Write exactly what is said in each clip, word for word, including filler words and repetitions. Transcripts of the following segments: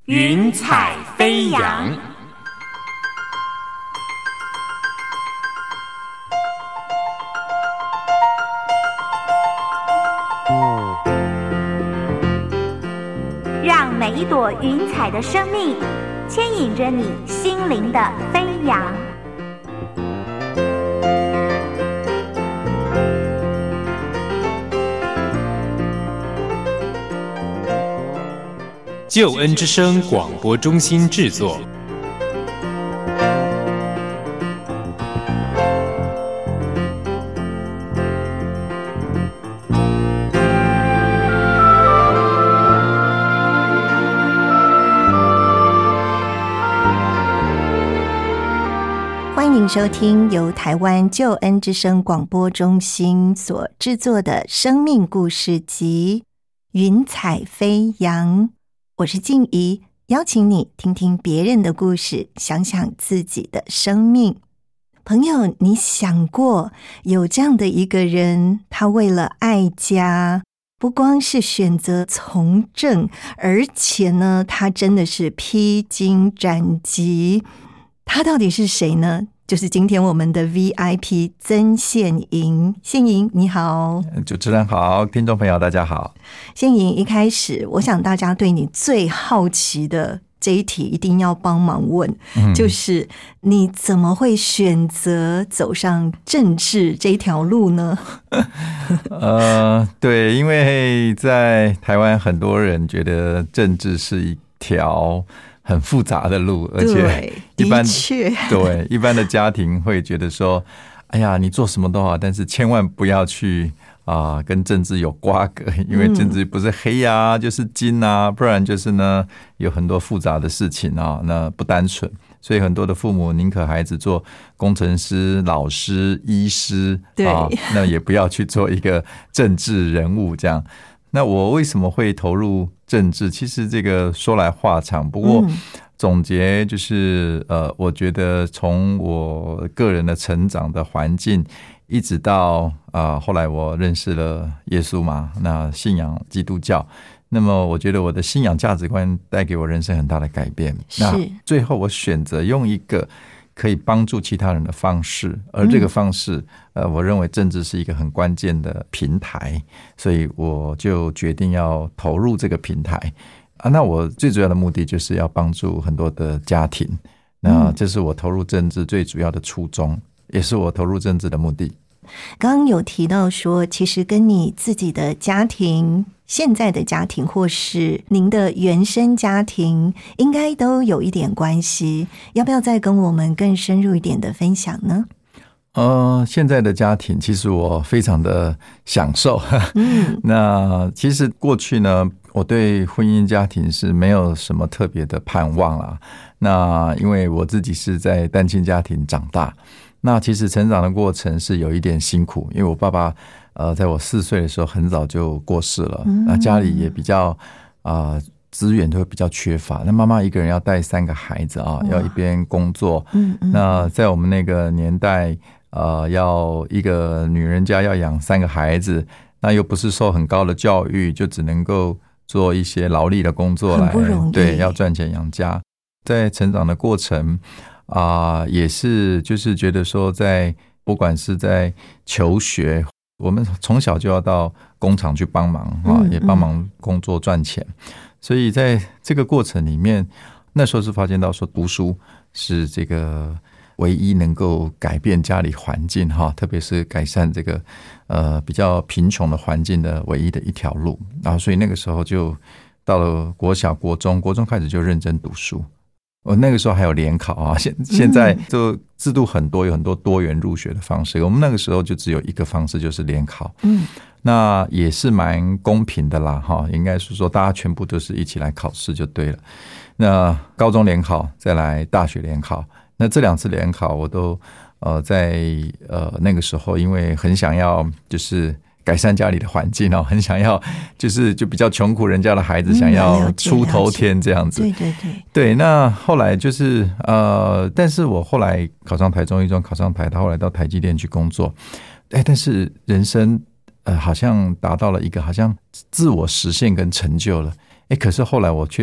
云彩飞扬。 让每一朵云彩的生命牵引着你心灵的飞扬。 救恩之声广播中心制作。 欢迎收听由台湾救恩之声广播中心所制作的生命故事集《云彩飞扬》。我是静怡，邀请你听听别人的故事，想想自己的生命。朋友，你想过有这样的一个人，他为了爱家，不光是选择从政，而且呢，他真的是披荆斩棘。他到底是谁呢？就是今天我们的 V I P 曾宪莹。宪莹你好。 主持人好，听众朋友大家好。 宪莹，一开始我想大家对你最好奇的这一题一定要帮忙问、嗯、就是你怎么会选择走上政治这条路呢？ 呃，对，因为在台湾很多人觉得政治是一条很复杂的路，而且一般对一般的家庭会觉得说，哎呀，你做什么都好，但是千万不要去啊、呃、跟政治有瓜葛，因为政治不是黑啊、嗯、就是金啊，不然就是呢有很多复杂的事情啊，那不单纯。所以很多的父母宁可孩子做工程师、老师、医师，对啊，那也不要去做一个政治人物这样。那我为什么会投入政治？其实这个说来话长，不过总结就是，呃，我觉得从我个人的成长的环境，一直到啊、呃，后来我认识了耶稣嘛，那信仰基督教，那么我觉得我的信仰价值观带给我人生很大的改变。那最后我选择用一个可以帮助其他人的方式，而这个方式、嗯、呃，我认为政治是一个很关键的平台，所以我就决定要投入这个平台啊。那我最主要的目的就是要帮助很多的家庭，那这是我投入政治最主要的初衷，也是我投入政治的目的。 刚刚有提到说，其实跟你自己的家庭、现在的家庭或是您的原生家庭应该都有一点关系，要不要再跟我们更深入一点的分享呢？ 呃，现在的家庭其实我非常的享受。嗯，那其实过去呢，我对婚姻家庭是没有什么特别的盼望啦。那因为我自己是在单亲家庭长大，那其实成长的过程是有一点辛苦，因为我爸爸呃，在我四岁的时候很早就过世了，嗯、那家里也比较啊、呃、资源都会比较缺乏，那妈妈一个人要带三个孩子啊，要一边工作，嗯嗯，那在我们那个年代，呃，要一个女人家要养三个孩子，那又不是受很高的教育，就只能够做一些劳力的工作来， 很不容易， 对，要赚钱养家。在成长的过程啊、呃，也是就是觉得说在，在不管是在求学，我们从小就要到工厂去帮忙啊，也帮忙工作赚钱，所以在这个过程里面，那时候是发现到说读书是这个唯一能够改变家里环境哈，特别是改善这个呃比较贫穷的环境的唯一的一条路。然后所以那个时候就到了国小、国中，国中开始就认真读书。我那个时候还有联考啊，现现在就制度很多，有很多多元入学的方式。我们那个时候就只有一个方式，就是联考。嗯，那也是蛮公平的啦，哈，应该是说大家全部都是一起来考试就对了。那高中联考，再来大学联考，那这两次联考我都呃在呃那个时候，因为很想要就是改善家里的环境哦，很想要就是就比较穷苦人家的孩子想要出头天这样子， 对对对对。那后来就是呃，但是我后来考上台中一中，考上台大，后来到台积电去工作，哎，但是人生呃好像达到了一个好像自我实现跟成就了，哎，可是后来我却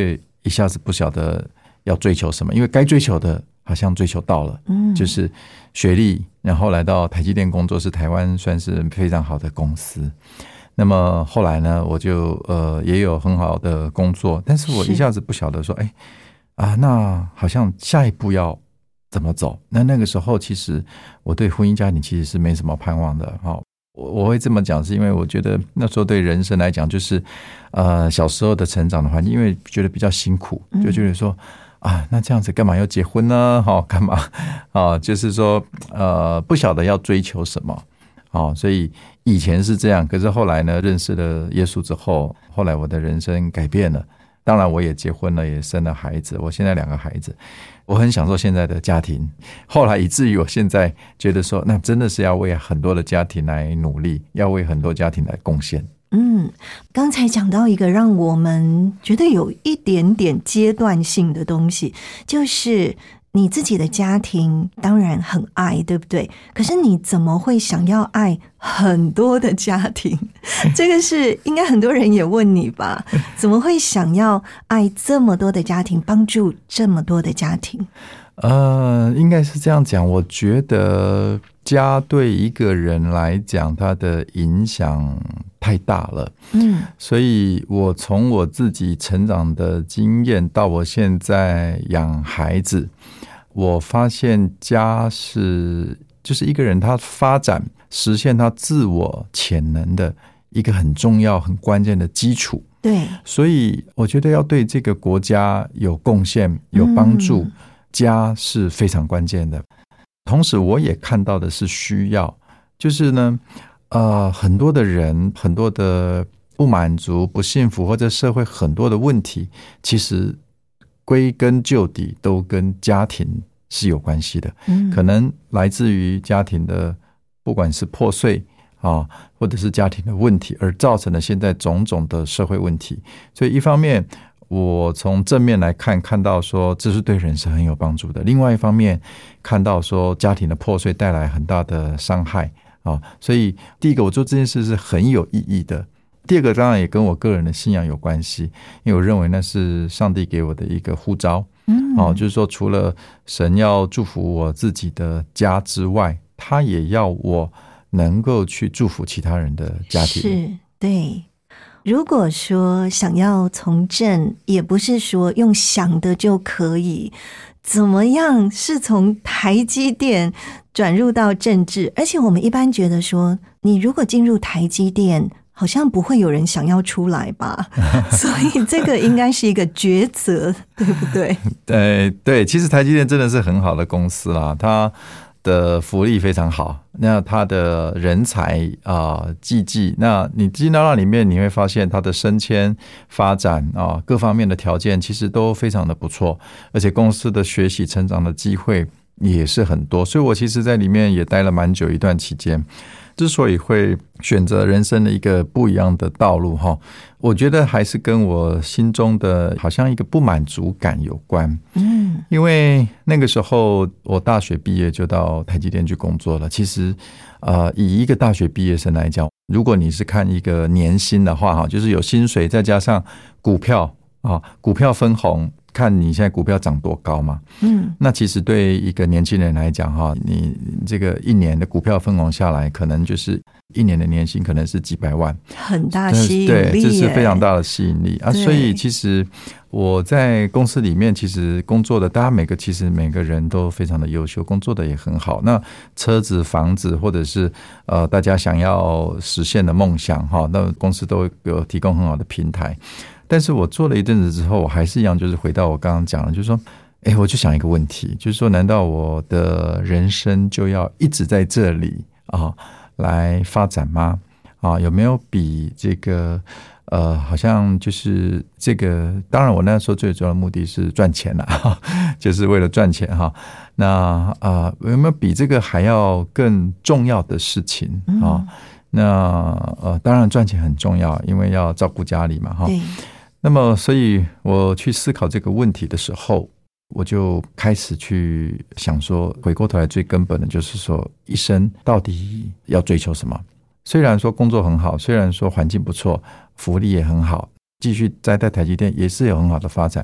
一下子不晓得要追求什么，因为该追求的好像追求到了，嗯，就是学历，然后来到台积电工作，是台湾算是非常好的公司。那么后来呢，我就呃也有很好的工作，但是我一下子不晓得说，哎啊，那好像下一步要怎么走？那那个时候，其实我对婚姻家庭其实是没什么盼望的。好，我我会这么讲，是因为我觉得那时候对人生来讲，就是呃小时候的成长的环境，因为觉得比较辛苦，就觉得说啊，那这样子干嘛要结婚呢？好，干嘛啊？就是说呃不晓得要追求什么。好，所以以前是这样，可是后来呢，认识了耶稣之后，后来我的人生改变了。当然我也结婚了，也生了孩子，我现在两个孩子，我很享受现在的家庭。后来以至于我现在觉得说，那真的是要为很多的家庭来努力，要为很多家庭来贡献。 嗯，刚才讲到一个让我们觉得有一点点阶段性的东西，就是你自己的家庭当然很爱，对不对？可是你怎么会想要爱很多的家庭？这个是应该很多人也问你吧？怎么会想要爱这么多的家庭，帮助这么多的家庭？ 呃，应该是这样讲。我觉得家对一个人来讲，它的影响太大了。嗯，所以我从我自己成长的经验到我现在养孩子，我发现家是就是一个人他发展实现他自我潜能的一个很重要很关键的基础。 对， 所以我觉得要对这个国家有贡献有帮助，嗯，家是非常关键的。同时我也看到的是需要，就是呢呃，很多的人很多的不满足不幸福，或者社会很多的问题，其实归根究底都跟家庭是有关系的。嗯，可能来自于家庭的不管是破碎啊，或者是家庭的问题，而造成了现在种种的社会问题。所以一方面我从正面来看，看到说这是对人是很有帮助的，另外一方面看到说家庭的破碎带来很大的伤害啊。所以第一个我做这件事是很有意义的，第二个当然也跟我个人的信仰有关系，因为我认为那是上帝给我的一个呼召。嗯，哦，就是说除了神要祝福我自己的家之外，他也要我能够去祝福其他人的家庭。 是，对。如果说想要从政，也不是说用想的就可以，怎么样是从台积电转入到政治？而且我们一般觉得说，你如果进入台积电，好像不会有人想要出来吧？所以这个应该是一个抉择，对不对？ 对对，其实台积电真的是很好的公司啦，它的福利非常好，那他的人才啊济济，那你进到那里面，你会发现他的升迁发展啊各方面的条件其实都非常的不错，而且公司的学习成长的机会也是很多，所以我其实在里面也待了蛮久一段期间。之所以会选择人生的一个不一样的道路哈，我觉得还是跟我心中的好像一个不满足感有关。嗯，因为那个时候我大学毕业就到台积电去工作了。其实呃，以一个大学毕业生来讲，如果你是看一个年薪的话哈，就是有薪水再加上股票啊，股票分红，看你现在股票涨多高嘛。嗯，那其实对一个年轻人来讲哈，你这个一年的股票分红下来，可能就是一年的年薪可能是几百万， 很大吸引力。 对，这是非常大的吸引力啊。所以其实我在公司里面其实工作的大家每个其实每个人都非常的优秀，工作的也很好。那车子房子或者是呃大家想要实现的梦想哈，那公司都有提供很好的平台。但是我做了一阵子之后，我还是一样，就是回到我刚刚讲的，就是说，哎，我就想一个问题，就是说，难道我的人生就要一直在这里啊来发展吗？啊，有没有比这个呃，好像就是这个？当然，我那时候最主要的目的是赚钱啦，就是为了赚钱哈。那啊、呃，有没有比这个还要更重要的事情啊？嗯、那呃，当然赚钱很重要，因为要照顾家里嘛哈。那么，所以我去思考这个问题的时候，我就开始去想说，回过头来最根本的就是说，一生到底要追求什么？虽然说工作很好，虽然说环境不错，福利也很好，继续待在台积电也是有很好的发展，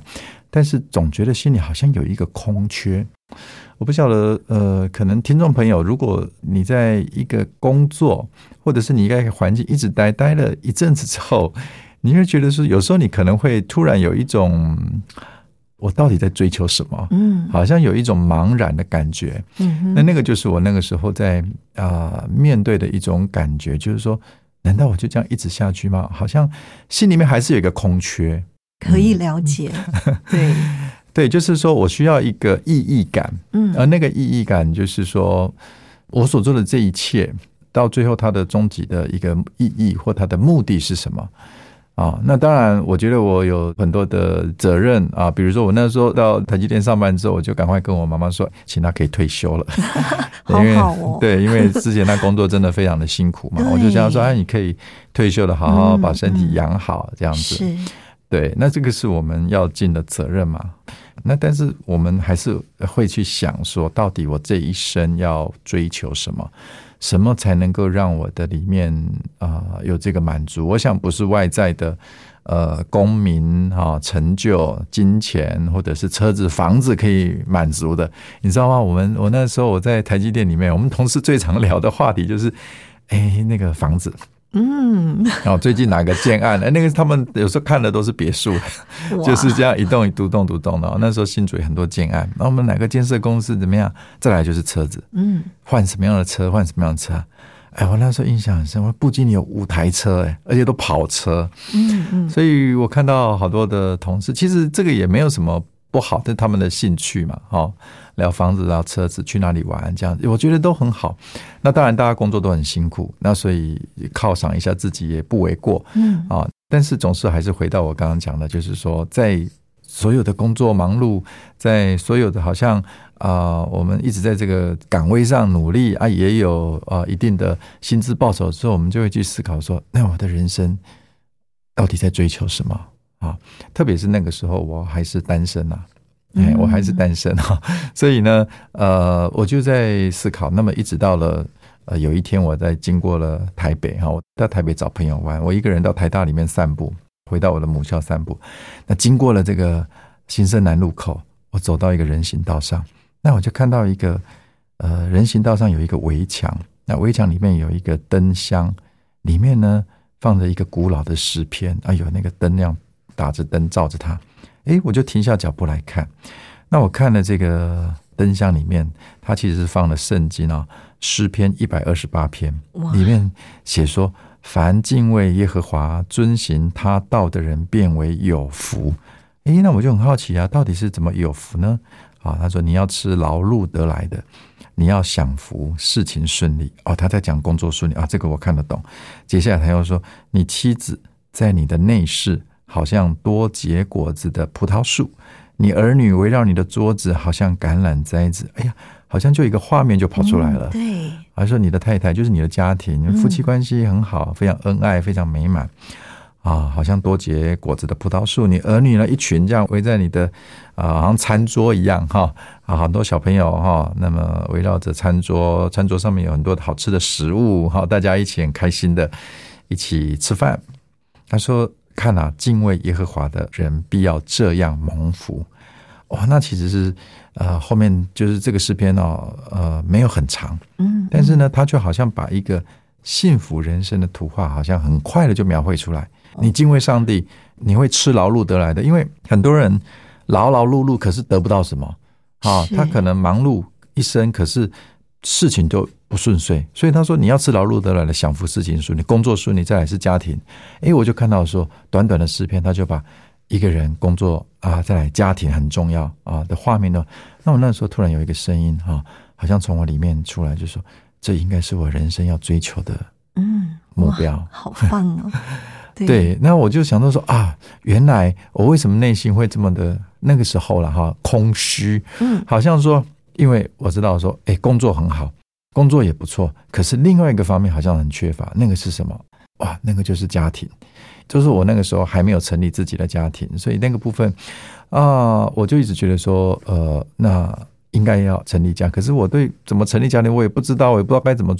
但是总觉得心里好像有一个空缺。我不晓得，呃，可能听众朋友，如果你在一个工作，或者是你在一个环境一直待待了一阵子之后，你会觉得说，有时候你可能会突然有一种，我到底在追求什么？嗯，好像有一种茫然的感觉。嗯，那那个就是我那个时候在啊、呃、面对的一种感觉，就是说，难道我就这样一直下去吗？好像心里面还是有一个空缺。 可以了解，嗯、对。 对，就是说我需要一个意义感，嗯，而那个意义感就是说，我所做的这一切，到最后它的终极的一个意义或它的目的是什么啊？那当然，我觉得我有很多的责任啊，比如说我那时候到台积电上班之后，我就赶快跟我妈妈说，请她可以退休了， 好好哦， 对，因为之前那工作真的非常的辛苦嘛，我就想说，哎，你可以退休了，好好把身体养好，嗯、这样子。 是。 对，那这个是我们要尽的责任嘛。那但是我们还是会去想说，到底我这一生要追求什么？什么才能够让我的里面啊、呃、有这个满足？我想不是外在的呃功名啊、成就、金钱或者是车子、房子可以满足的。你知道吗？我们我那时候我在台积电里面，我们同事最常聊的话题就是，哎，那个房子。嗯，然后最近哪个建案，哎，那个他们有时候看的都是别墅，就是这样一栋一独栋独栋的。那时候新竹有很多建案，然后我们哪个建设公司怎么样？再来就是车子，嗯，换什么样的车，换什么样的车。哎，我那时候印象很深，我不仅有五台车，哎，而且都跑车，嗯嗯，所以我看到好多的同事，其实这个也没有什么不好，这是他们的兴趣嘛，哦。聊房子，聊车子，去哪里玩，这样我觉得都很好。那当然，大家工作都很辛苦，那所以犒赏一下自己也不为过。嗯啊，但是总是还是回到我刚刚讲的，就是说，在所有的工作忙碌，在所有的好像啊、呃，我们一直在这个岗位上努力啊，也有啊、呃、一定的薪资报酬之后，我们就会去思考说，那我的人生到底在追求什么啊？特别是那个时候，我还是单身啊。哎，我还是单身哈，所以呢，呃，我就在思考。那么一直到了呃有一天，我在经过了台北哈，我到台北找朋友玩，我一个人到台大里面散步，回到我的母校散步。那经过了这个新生南路口，我走到一个人行道上，那我就看到一个呃人行道上有一个围墙，那围墙里面有一个灯箱，里面呢放着一个古老的诗篇，啊，有那个灯亮打着灯照着它。诶，我就停下脚步来看。那我看了这个灯箱里面，它其实是放了圣经啊，诗篇一百二十八篇，里面写说：凡敬畏耶和华、遵行他道的人，变为有福。诶，那我就很好奇啊，到底是怎么有福呢？啊，他说你要吃劳碌得来的，你要享福，事情顺利。哦，他在讲工作顺利啊，这个我看得懂。接下来他又说，你妻子在你的内室，好像多结果子的葡萄树，你儿女围绕你的桌子，好像橄榄栽子。哎呀，好像就一个画面就跑出来了。嗯、对，还说你的太太就是你的家庭，夫妻关系很好，非常恩爱，非常美满啊，好像多结果子的葡萄树。你儿女呢，一群这样围在你的啊，好像餐桌一样哈啊，很多小朋友哈，那么围绕着餐桌，餐桌上面有很多好吃的食物哈，大家一起很开心的一起吃饭。他说。看啊，敬畏耶和华的人必要这样蒙福。哇，那其实是呃后面就是这个诗篇哦，呃没有很长，嗯，但是呢，他就好像把一个幸福人生的图画，好像很快的就描绘出来。你敬畏上帝，你会吃劳碌得来的，因为很多人劳劳碌碌，可是得不到什么啊，他可能忙碌一生，可是事情就不顺遂，所以他说你要吃劳碌得来的，享福，事情顺利，工作顺利，再来是家庭。诶，我就看到说短短的诗篇，他就把一个人工作啊，再来家庭很重要啊的画面呢。那我那时候突然有一个声音啊，好像从我里面出来，就说这应该是我人生要追求的嗯目标，嗯、 好棒哦。 对, 对，那我就想到说啊，原来我为什么内心会这么的那个时候了哈，空虚，嗯，好像说，因为我知道说，哎，工作很好。工作也不错，可是另外一个方面好像很缺乏，那个是什么？哇，那个就是家庭，就是我那个时候还没有成立自己的家庭，所以那个部分啊、呃，我就一直觉得说，呃，那应该要成立家，可是我对怎么成立家庭我也不知道，我也不知道该怎么做。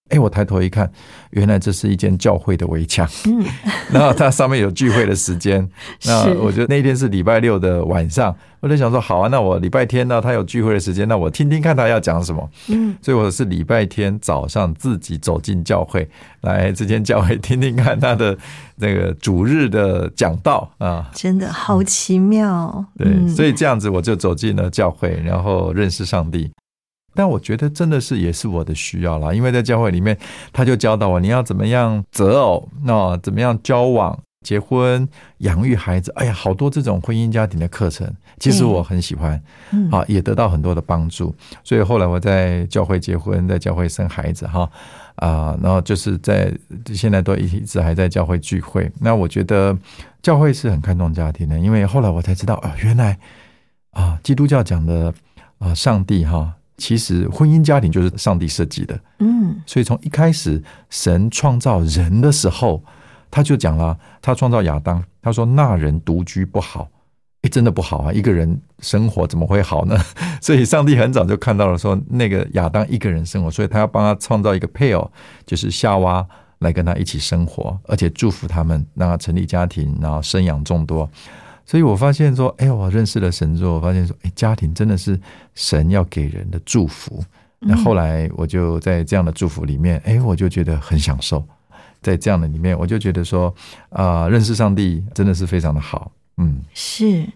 哎，我抬头一看，原来这是一间教会的围墙，嗯，然后它上面有聚会的时间，那我觉得那天是礼拜六的晚上，我就想说，好啊，那我礼拜天呢，他有聚会的时间，那我听听看他要讲什么，嗯，所以我是礼拜天早上自己走进教会，来这间教会听听看他的这个主日的讲道啊， 真的好奇妙， 对，嗯，所以这样子我就走进了教会，然后认识上帝。但我觉得真的是也是我的需要啦，因为在教会里面他就教导我你要怎么样择偶，那怎么样交往、结婚、养育孩子，哎呀，好多这种婚姻家庭的课程，其实我很喜欢，嗯，啊，也得到很多的帮助。所以后来我在教会结婚，在教会生孩子哈，啊，然后就是在现在都一直还在教会聚会。那我觉得教会是很看重家庭的，因为后来我才知道啊，原来啊，基督教讲的啊，上帝哈。其实婚姻家庭就是上帝设计的，嗯，所以从一开始神创造人的时候，他就讲了，他创造亚当，他说那人独居不好，诶，真的不好啊，一个人生活怎么会好呢？所以上帝很早就看到了说那个亚当一个人生活，所以他要帮他创造一个配偶，就是夏娃来跟他一起生活，而且祝福他们，让他成立家庭，然后生养众多。所以我发现说，哎，我认识了神之后，我发现说，哎，家庭真的是神要给人的祝福。那后来我就在这样的祝福里面，哎，我就觉得很享受。在这样的里面，我就觉得说，啊、呃，认识上帝真的是非常的好。嗯， 是。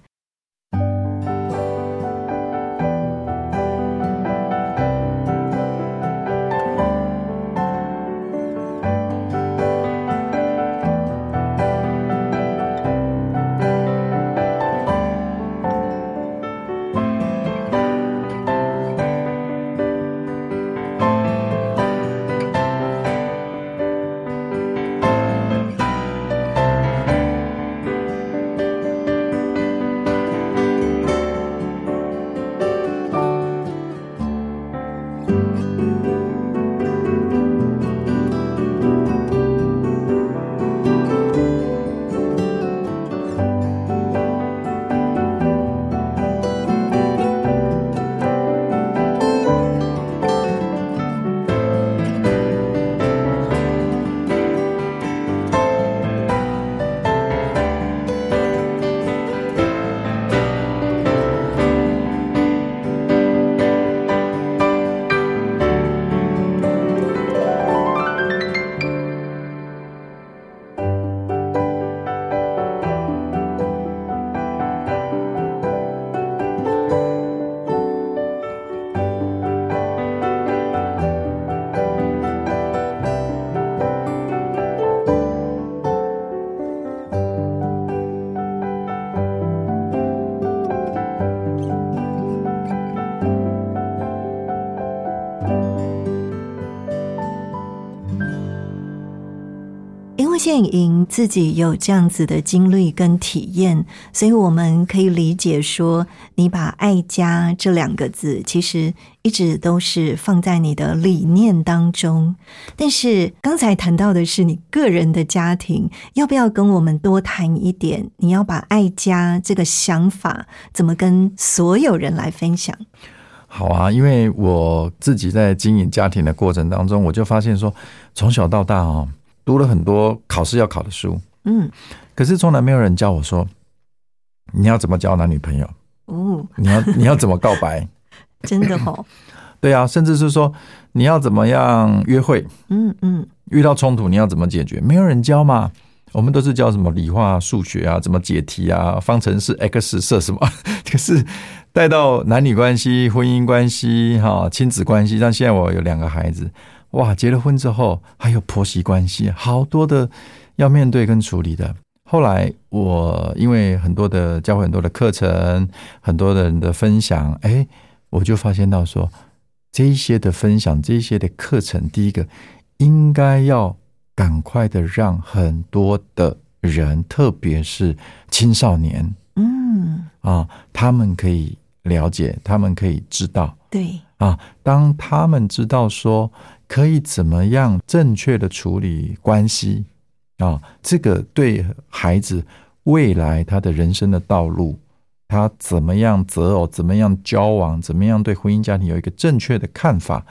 建营自己有这样子的经历跟体验，所以我们可以理解说，你把爱家这两个字其实一直都是放在你的理念当中。但是刚才谈到的是你个人的家庭，要不要跟我们多谈一点，你要把爱家这个想法怎么跟所有人来分享？ 好啊，因为我自己在经营家庭的过程当中，我就发现说，从小到大哦，读了很多考试要考的书，嗯，可是从来没有人教我说你要怎么交男女朋友，哦，你要你要怎么告白， 真的哦， 对啊，甚至是说你要怎么样约会，嗯嗯，遇到冲突你要怎么解决，没有人教嘛。我们都是教什么理化、数学啊，怎么解题啊，方程式 X 设什么，可是带到男女关系、婚姻关系、亲子关系，像现在我有两个孩子，哇，结了婚之后还有婆媳关系，好多的要面对跟处理的。后来我因为很多的教会很多的课程，很多的人的分享，哎，我就发现到说，这一些的分享，这一些的课程，第一个应该要赶快的让很多的人，特别是青少年，嗯啊，他们可以了解，他们可以知道， 对啊，当他们知道说可以怎么样正确的处理关系啊，这个对孩子未来他的人生的道路，他怎么样择偶，怎么样交往，怎么样对婚姻家庭有一个正确的看法，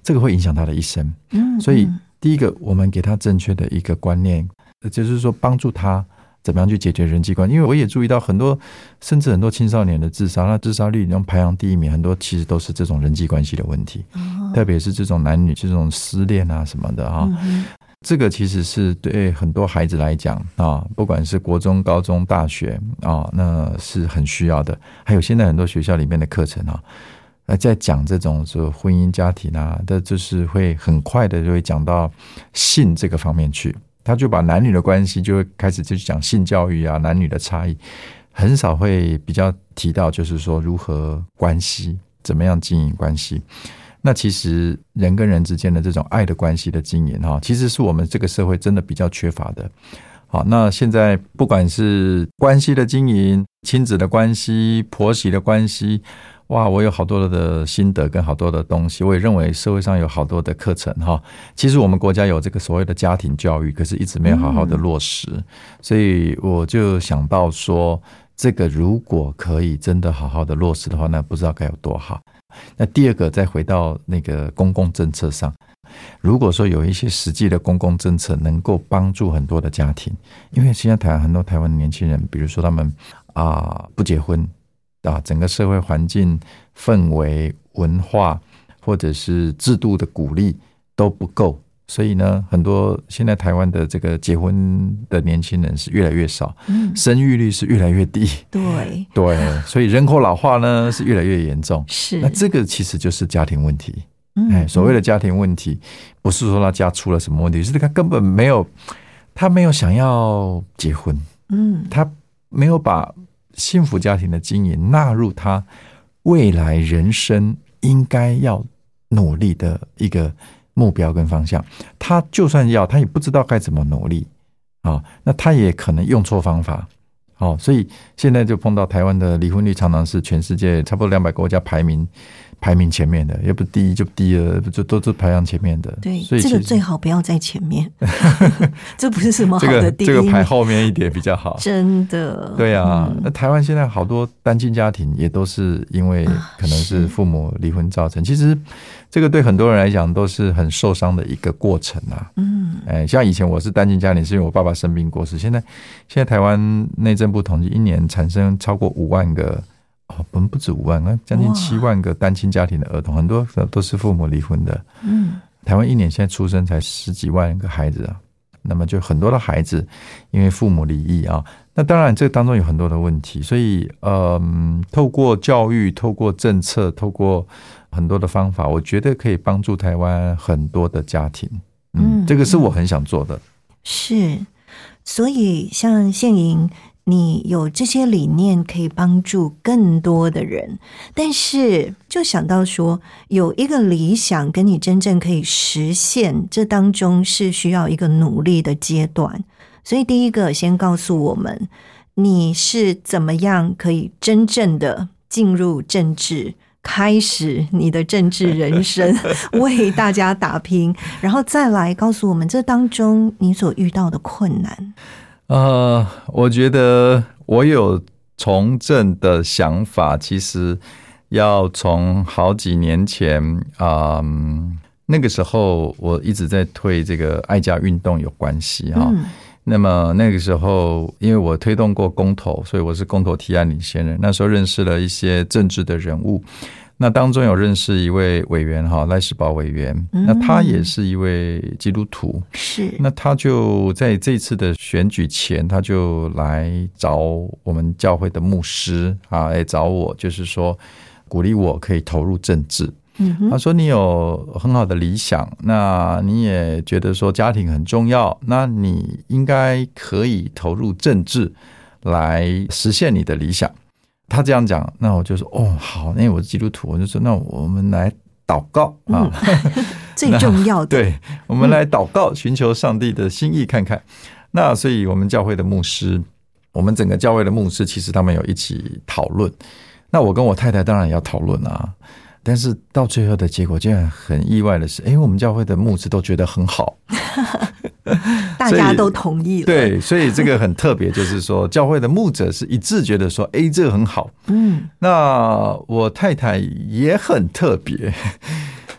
这个会影响他的一生。嗯，所以第一个，我们给他正确的一个观念，就是说帮助他怎么样去解决人际关系。因为我也注意到很多，甚至很多青少年的自杀，那自杀率能排行第一名，很多其实都是这种人际关系的问题，哦、特别是这种男女这种失恋啊什么的哈、嗯。这个其实是对很多孩子来讲啊，不管是国中、高中、大学啊，那是很需要的。还有现在很多学校里面的课程啊，在讲这种说婚姻家庭啊，的就是会很快的就会讲到性这个方面去。他就把男女的关系就会开始就讲性教育啊，男女的差异，很少会比较提到就是说如何关系，怎么样经营关系。那其实人跟人之间的这种爱的关系的经营哈，其实是我们这个社会真的比较缺乏的。好，那现在不管是关系的经营、亲子的关系、婆媳的关系，哇，我有好多的心得跟好多的东西。我也认为社会上有好多的课程哈，其实我们国家有这个所谓的家庭教育，可是一直没有好好的落实，嗯、所以我就想到说，这个如果可以真的好好的落实的话，那不知道该有多好。那第二个，再回到那个公共政策上，如果说有一些实际的公共政策能够帮助很多的家庭，因为现在台湾很多台湾的年轻人，比如说他们啊不结婚啊，整个社会环境氛围、文化或者是制度的鼓励都不够，所以呢，很多现在台湾的这个结婚的年轻人是越来越少，嗯、生育率是越来越低， 对对，所以人口老化呢是越来越严重。 是， 那这个其实就是家庭问题。嗯，哎，所谓的家庭问题，不是说他家出了什么问题，是他根本没有，他没有想要结婚，嗯，他没有把幸福家庭的经营纳入他未来人生应该要努力的一个目标跟方向。他就算要，他也不知道该怎么努力啊、哦，那他也可能用错方法。哦，所以现在就碰到台湾的离婚率常常是全世界差不多两百个国家排名排名前面的，也不第一就第二，就都是排行前面的。 对，所以这个最好不要在前面，这不是什么好的第一。 这个这个排后面一点比较好。 真的。 对啊，嗯、那台湾现在好多单亲家庭也都是因为可能是父母离婚造成。啊、其实这个对很多人来讲都是很受伤的一个过程啊。嗯，哎，像以前我是单亲家庭，是因为我爸爸生病过世。现在现在台湾内政部统计，一年产生超过五万个。哦，我们不止五万，将近七万个单亲家庭的儿童，很多都是父母离婚的。嗯，台湾一年现在出生才十几万个孩子啊，那么就很多的孩子因为父母离异啊，那当然这当中有很多的问题，所以嗯，透过教育、透过政策、透过很多的方法，我觉得可以帮助台湾很多的家庭。嗯，嗯这个是我很想做的。 是，所以像宪营。你有这些理念可以帮助更多的人，但是就想到说有一个理想跟你真正可以实现，这当中是需要一个努力的阶段。所以第一个先告诉我们，你是怎么样可以真正的进入政治，开始你的政治人生，为大家打拼，然后再来告诉我们这当中你所遇到的困难。 呃，我觉得我有从政的想法，其实要从好几年前啊、嗯，那个时候我一直在推这个爱家运动有关系哈、嗯。那么那个时候，因为我推动过公投，所以我是公投提案领先人。那时候认识了一些政治的人物。那当中有认识一位委员哈，赖士葆委员、嗯，那他也是一位基督徒， 是。 那他就在这次的选举前，他就来找我们教会的牧师啊，来找我，就是说鼓励我可以投入政治。嗯、他说你有很好的理想，那你也觉得说家庭很重要，那你应该可以投入政治来实现你的理想。他这样讲，那我就说哦好，因为我是基督徒，我就说那我们来祷告啊、 嗯，最重要的， 对，我们来祷告，寻求上帝的心意看看。那所以我们教会的牧师，我们整个教会的牧师，其实他们有一起讨论。那我跟我太太当然也要讨论啊，但是到最后的结果，竟然很意外的是，哎，我们教会的牧师都觉得很好。 大家都同意了， 对，所以这个很特别，就是说教会的牧者是一致觉得说，哎，这个很好。嗯，那我太太也很特别，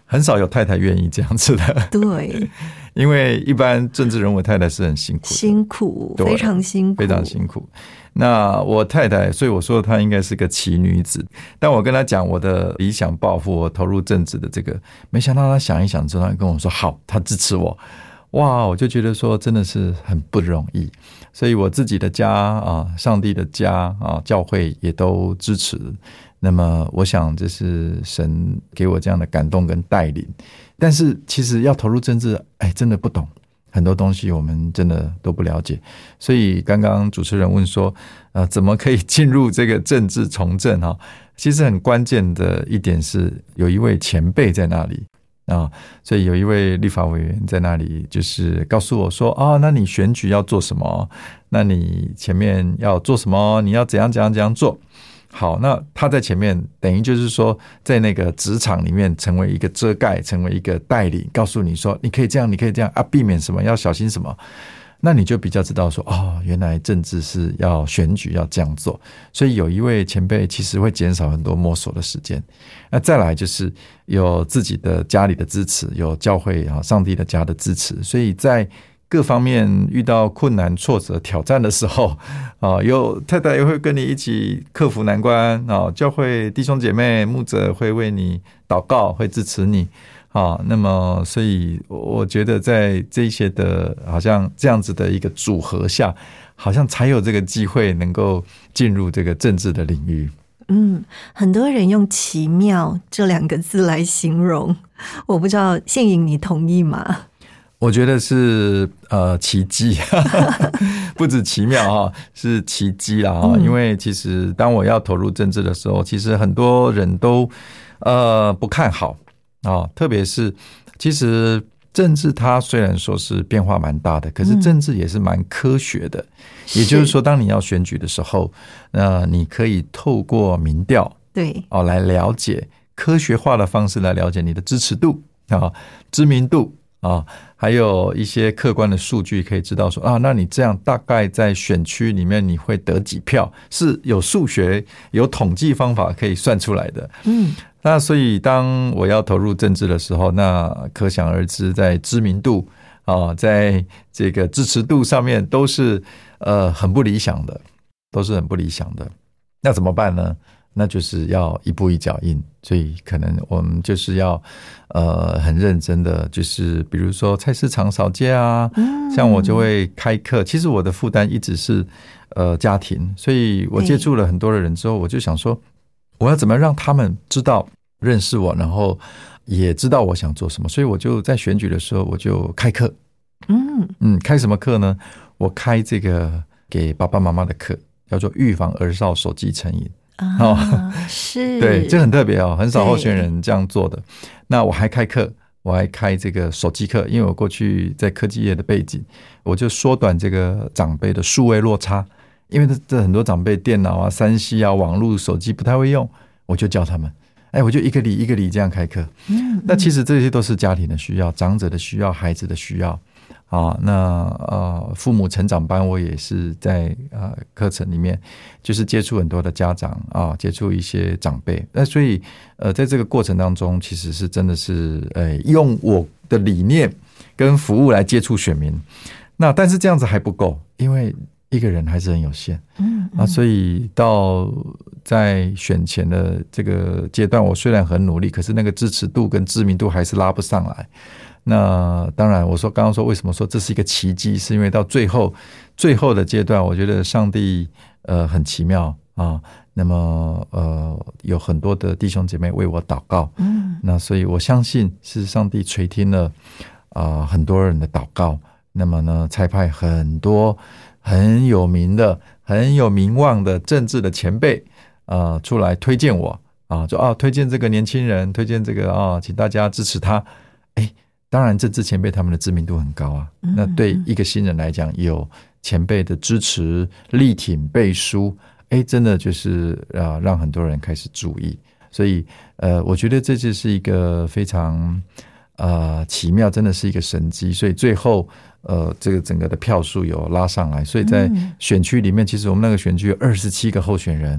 很少有太太愿意这样子的。 对， 因为一般政治人物太太是很辛苦的， 辛苦，非常辛苦， 非常辛苦。那我太太，所以我说她应该是个奇女子。但我跟她讲我的理想抱负，我投入政治的这个，没想到她想一想之后，她跟我说好，她支持我。哇，我就觉得说真的是很不容易。所以我自己的家啊，上帝的家啊，教会也都支持。那么我想这是神给我这样的感动跟带领。但是其实要投入政治，哎，真的不懂。很多东西我们真的都不了解，所以刚刚主持人问说，呃，怎么可以进入这个政治从政哈？其实很关键的一点是，有一位前辈在那里啊，所以有一位立法委员在那里，就是告诉我说，啊，那你选举要做什么？那你前面要做什么？你要怎样怎样怎样做？好，那他在前面等于就是说在那个职场里面成为一个遮盖，成为一个带领，告诉你说你可以这样，你可以这样啊，避免什么，要小心什么，那你就比较知道说，哦，原来政治是要选举要这样做。所以有一位前辈其实会减少很多摸索的时间。那再来就是有自己的家里的支持，有教会啊上帝的家的支持，所以在各方面遇到困难、挫折、挑战的时候，啊，有太太也会跟你一起克服难关啊。教会弟兄姐妹、牧者会为你祷告，会支持你啊。那么，所以我觉得在这些的，好像这样子的一个组合下，好像才有这个机会能够进入这个政治的领域。 嗯，很多人用奇妙这两个字来形容，我不知道宪颖你同意吗？ 我觉得是呃奇迹，不止奇妙哈，是奇迹啦哈。因为其实当我要投入政治的时候，其实很多人都呃不看好啊，特别是其实政治它虽然说是变化蛮大的，可是政治也是蛮科学的。也就是说，当你要选举的时候，那你可以透过民调对哦来了解，科学化的方式来了解你的支持度啊、知名度。啊，还有一些客观的数据可以知道说啊，那你这样大概在选区里面你会得几票，是有数学有统计方法可以算出来的。嗯，那所以当我要投入政治的时候，那可想而知，在知名度啊，在这个支持度上面都是呃很不理想的，都是很不理想的。那怎么办呢？那就是要一步一脚印，所以可能我们就是要呃很认真的，就是比如说菜市场扫街啊，像我就会开课。其实我的负担一直是呃家庭，所以我接触了很多的人之后，我就想说，我要怎么让他们知道认识我，然后也知道我想做什么。所以我就在选举的时候，我就开课。嗯嗯，开什么课呢？我开这个给爸爸妈妈的课，叫做预防儿少手机成瘾。 啊，是， 对，这很特别哦，很少候选人这样做的。那我还开课，我还开这个手机课，因为我过去在科技业的背景，我就缩短这个长辈的数位落差。因为这很多长辈电脑啊、三 C 啊、网络、手机不太会用，我就教他们。哎，我就一个礼一个礼这样开课。嗯，那其实这些都是家庭的需要、长者的需要、孩子的需要。啊，那呃，父母成长班我也是在呃课程里面，就是接触很多的家长啊，接触一些长辈。那所以呃，在这个过程当中，其实是真的是呃，用我的理念跟服务来接触选民。那但是这样子还不够，因为一个人还是很有限。嗯啊，所以到在选前的这个阶段，我虽然很努力，可是那个支持度跟知名度还是拉不上来。那当然我说刚刚说为什么说这是一个奇迹，是因为到最后最后的阶段，我觉得上帝呃很奇妙啊。那么呃有很多的弟兄姐妹为我祷告，嗯，那所以我相信是上帝垂听了啊、呃、很多人的祷告。那么呢，差派很多很有名的很有名望的政治的前辈啊、呃、出来推荐我啊，就啊推荐这个年轻人，推荐这个啊，请大家支持他。哎。当然政治前辈他们的知名度很高啊，那对一个新人来讲，有前辈的支持力挺背书，哎，真的就是呃让很多人开始注意。所以呃我觉得这就是一个非常呃奇妙，真的是一个神迹。所以最后呃这个整个的票数有拉上来，所以在选区里面，其实我们那个选区有二十七个候选人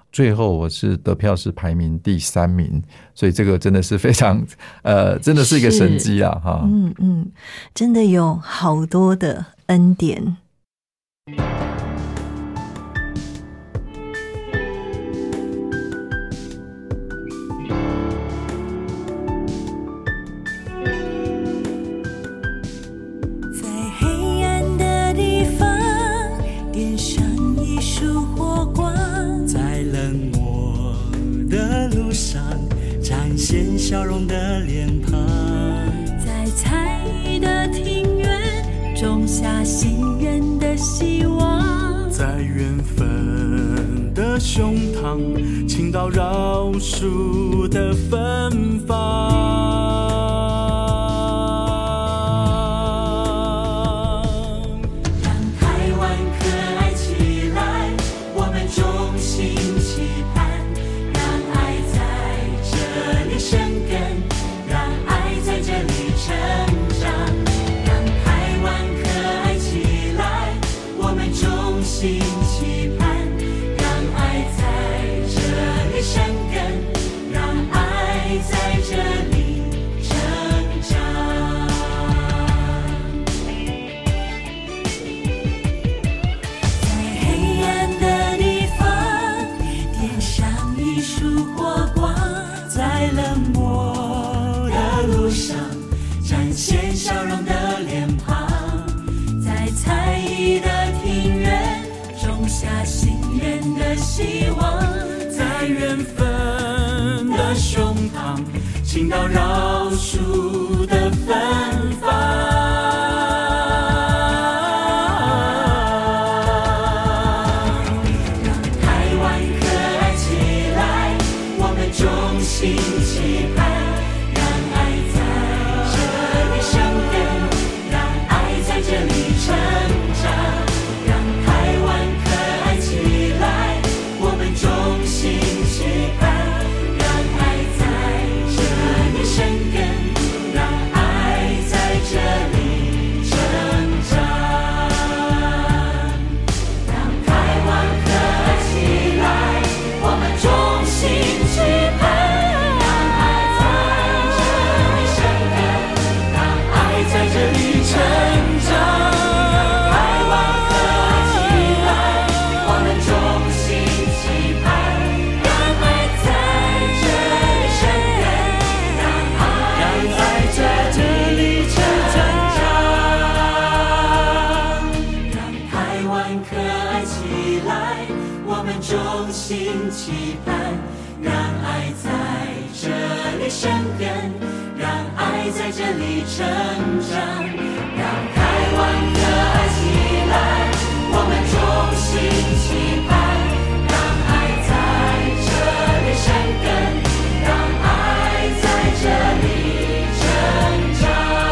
最后我是得票是排名第三名，所以这个真的是非常呃，真的是一个神迹啊！哈， 嗯嗯，真的有好多的恩典。 展现笑容的脸庞， 在彩艺的庭院种下新人的希望， 在缘分的胸膛倾倒饶恕的芬芳。 心期盼，让爱在这里生根，让爱在这里成长。在黑暗的地方点上一束火光，在冷漠的路上展现笑容的脸庞，在彩艺的庭院种下新人的希望， 在缘分的胸膛倾倒饶恕的芬芳， 让台湾可爱起来，我们衷心期盼，让爱在这里生根，让爱在这里成长。期盼，让爱在这里生根，让爱在这里成长，让台湾可爱起来，我们衷心期盼，让爱在这里生根，让爱在这里成长。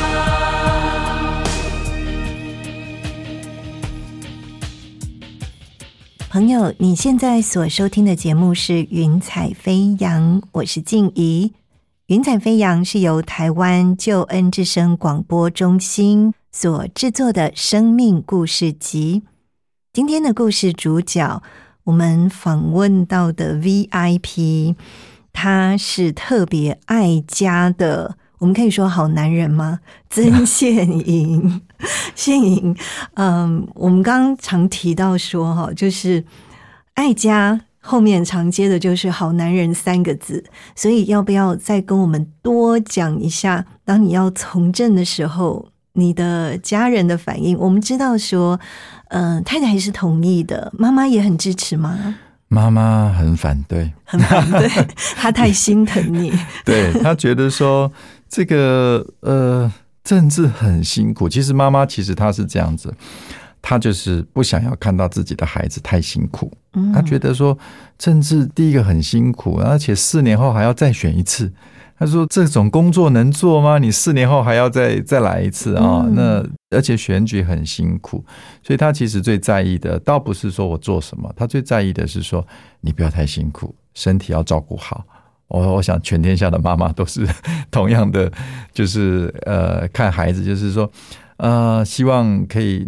朋友，你现在所收听的节目是云彩飞扬，我是静怡。云彩飞扬是由台湾救恩之声广播中心所制作的生命故事集。今天的故事主角，我们访问到的 V I P， 他是特别爱家的，我们可以说好男人吗？曾宪营。宪营，嗯，我们刚刚常提到说哈，就是爱家后面常接的就是好男人三个字，所以要不要再跟我们多讲一下，当你要从政的时候，你的家人的反应？我们知道说，嗯、呃，太太是同意的，妈妈也很支持吗？ 妈妈很反对， 很反对，她太心疼你， 对，她觉得说这个呃。政治很辛苦，其实妈妈其实她是这样子，她就是不想要看到自己的孩子太辛苦，嗯、她觉得说政治第一个很辛苦，而且四年后还要再选一次。她说这种工作能做吗？你四年后还要再再来一次啊、嗯？那而且选举很辛苦，所以她其实最在意的倒不是说我做什么，她最在意的是说你不要太辛苦，身体要照顾好。我我想全天下的妈妈都是同样的，就是呃看孩子，就是说呃希望可以你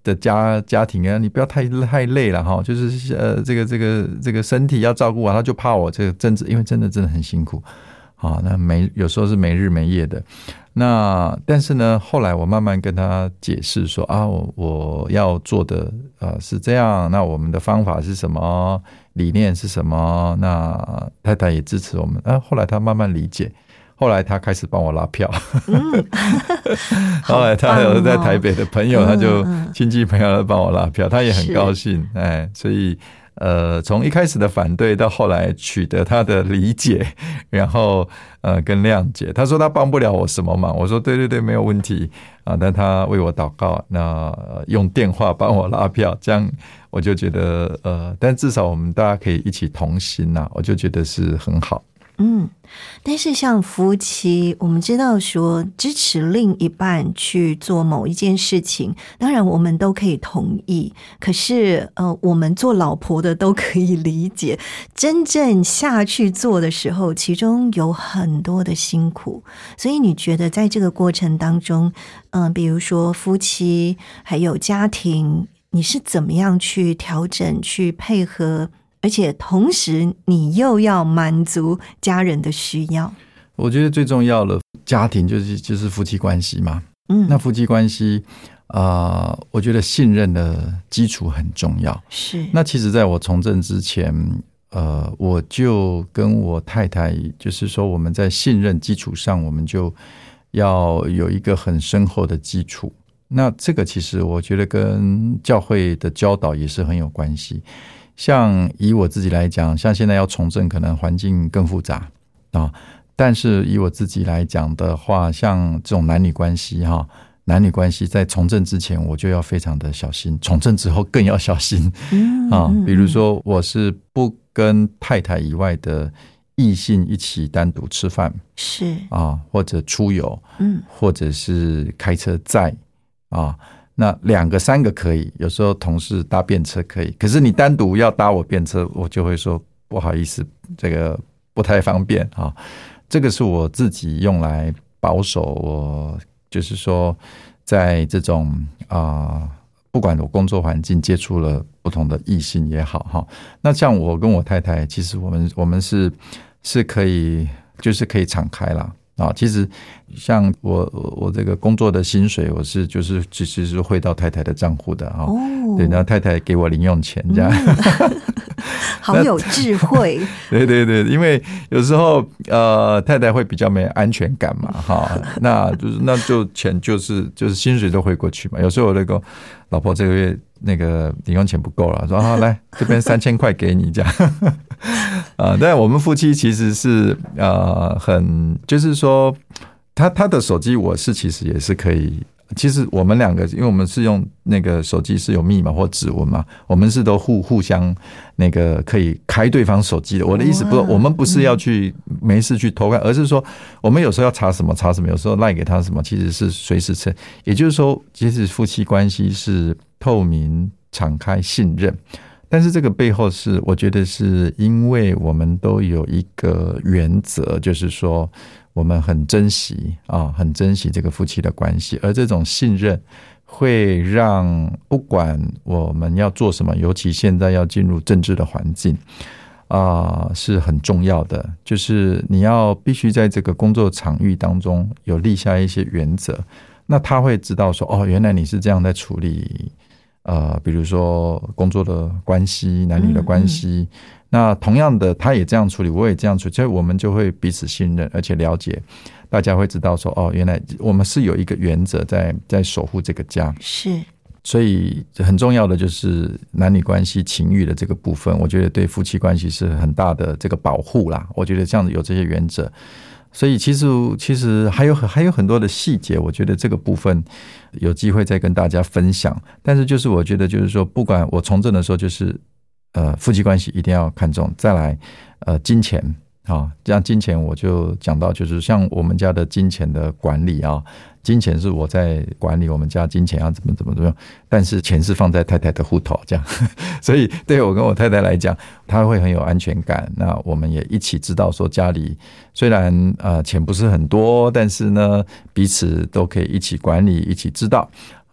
的家家庭啊，你不要太太累了哈，就是呃这个这个这个身体要照顾啊，他就怕我这个政治，因为真的真的很辛苦啊，那没有时候是没日没夜的。那但是呢，后来我慢慢跟他解释说啊，我我要做的呃是这样，那我们的方法是什么，理念是什么，那太太也支持我们啊。后来他慢慢理解，后来他开始帮我拉票，嗯、后来他有在台北的朋友，他就亲戚朋友帮我拉票，他也很高兴，哎，所以。呃，从一开始的反对到后来取得他的理解，然后呃跟谅解。他说他帮不了我什么忙，我说对对对，没有问题啊。但他为我祷告，那、呃、用电话帮我拉票，这样我就觉得呃，但至少我们大家可以一起同心呐、啊，我就觉得是很好。 嗯，但是像夫妻，我们知道说支持另一半去做某一件事情，当然我们都可以同意，可是呃，我们做老婆的都可以理解，真正下去做的时候，其中有很多的辛苦。所以你觉得在这个过程当中，嗯、呃，比如说夫妻还有家庭，你是怎么样去调整、去配合？而且同时你又要满足家人的需要。 我觉得最重要的家庭就是就是夫妻关系嘛。嗯，那夫妻关系啊、呃，我觉得信任的基础很重要。 是。那其实在我从政之前，呃，我就跟我太太，就是说我们在信任基础上，我们就要有一个很深厚的基础。那这个其实我觉得跟教会的教导也是很有关系。像以我自己来讲，像现在要从政，可能环境更复杂啊。但是以我自己来讲的话，像这种男女关系哈，男女关系在从政之前，我就要非常的小心；从政之后更要小心啊。比如说，我是不跟太太以外的异性一起单独吃饭， 是啊，或者出游，嗯，或者是开车载啊。那两个三个可以，有时候同事搭便车可以，可是你单独要搭我便车，我就会说不好意思，这个不太方便啊。这个是我自己用来保守我，就是说在这种啊、呃，不管我工作环境接触了不同的异性也好哈。那像我跟我太太，其实我们我们是是可以就是可以敞开啦。啊，其实像我我这个工作的薪水，我是就是其实是汇到太太的账户的啊。哦，对，然后太太给我零用钱这样，嗯、 好有智慧。 对对对，因为有时候呃太太会比较没安全感嘛，哈，那就是那就钱就是就是薪水都汇过去嘛。有时候我那个老婆这个月那个零用钱不够了，说啊来这边三千块给你这样。啊、呃，但我们夫妻其实是呃很，就是说，他他的手机我是其实也是可以，其实我们两个，因为我们是用那个手机是有密码或指纹嘛，我们是都互互相那个可以开对方手机的。我的意思不是，我们不是要去没事去偷看，而是说我们有时候要查什么查什么，有时候赖给他什么，其实是随时趁。也就是说，其实夫妻关系是透明、敞开、信任。但是这个背后是，我觉得是因为我们都有一个原则，就是说我们很珍惜啊，很珍惜这个夫妻的关系，而这种信任会让不管我们要做什么，尤其现在要进入政治的环境啊，是很重要的。就是你要必须在这个工作场域当中有立下一些原则，那他会知道说，哦，原来你是这样在处理。呃，比如说工作的关系、男女的关系，嗯嗯，那同样的，他也这样处理，我也这样处理，所以我们就会彼此信任，而且了解，大家会知道说，哦，原来我们是有一个原则在在守护这个家， 是， 所以很重要的就是男女关系、情欲的这个部分，我觉得对夫妻关系是很大的这个保护啦。我觉得这样子有这些原则。所以其实其实还有还有很多的细节，我觉得这个部分有机会再跟大家分享。但是就是我觉得就是说，不管我从政的时候，就是呃夫妻关系一定要看重。再来呃金钱啊，这样金钱我就讲到，就是像我们家的金钱的管理啊，金钱是我在管理我们家金钱要怎么怎么怎么样，但是钱是放在太太的户头这样，所以对我跟我太太来讲，她会很有安全感。那我们也一起知道说，家里虽然呃钱不是很多，但是呢彼此都可以一起管理，一起知道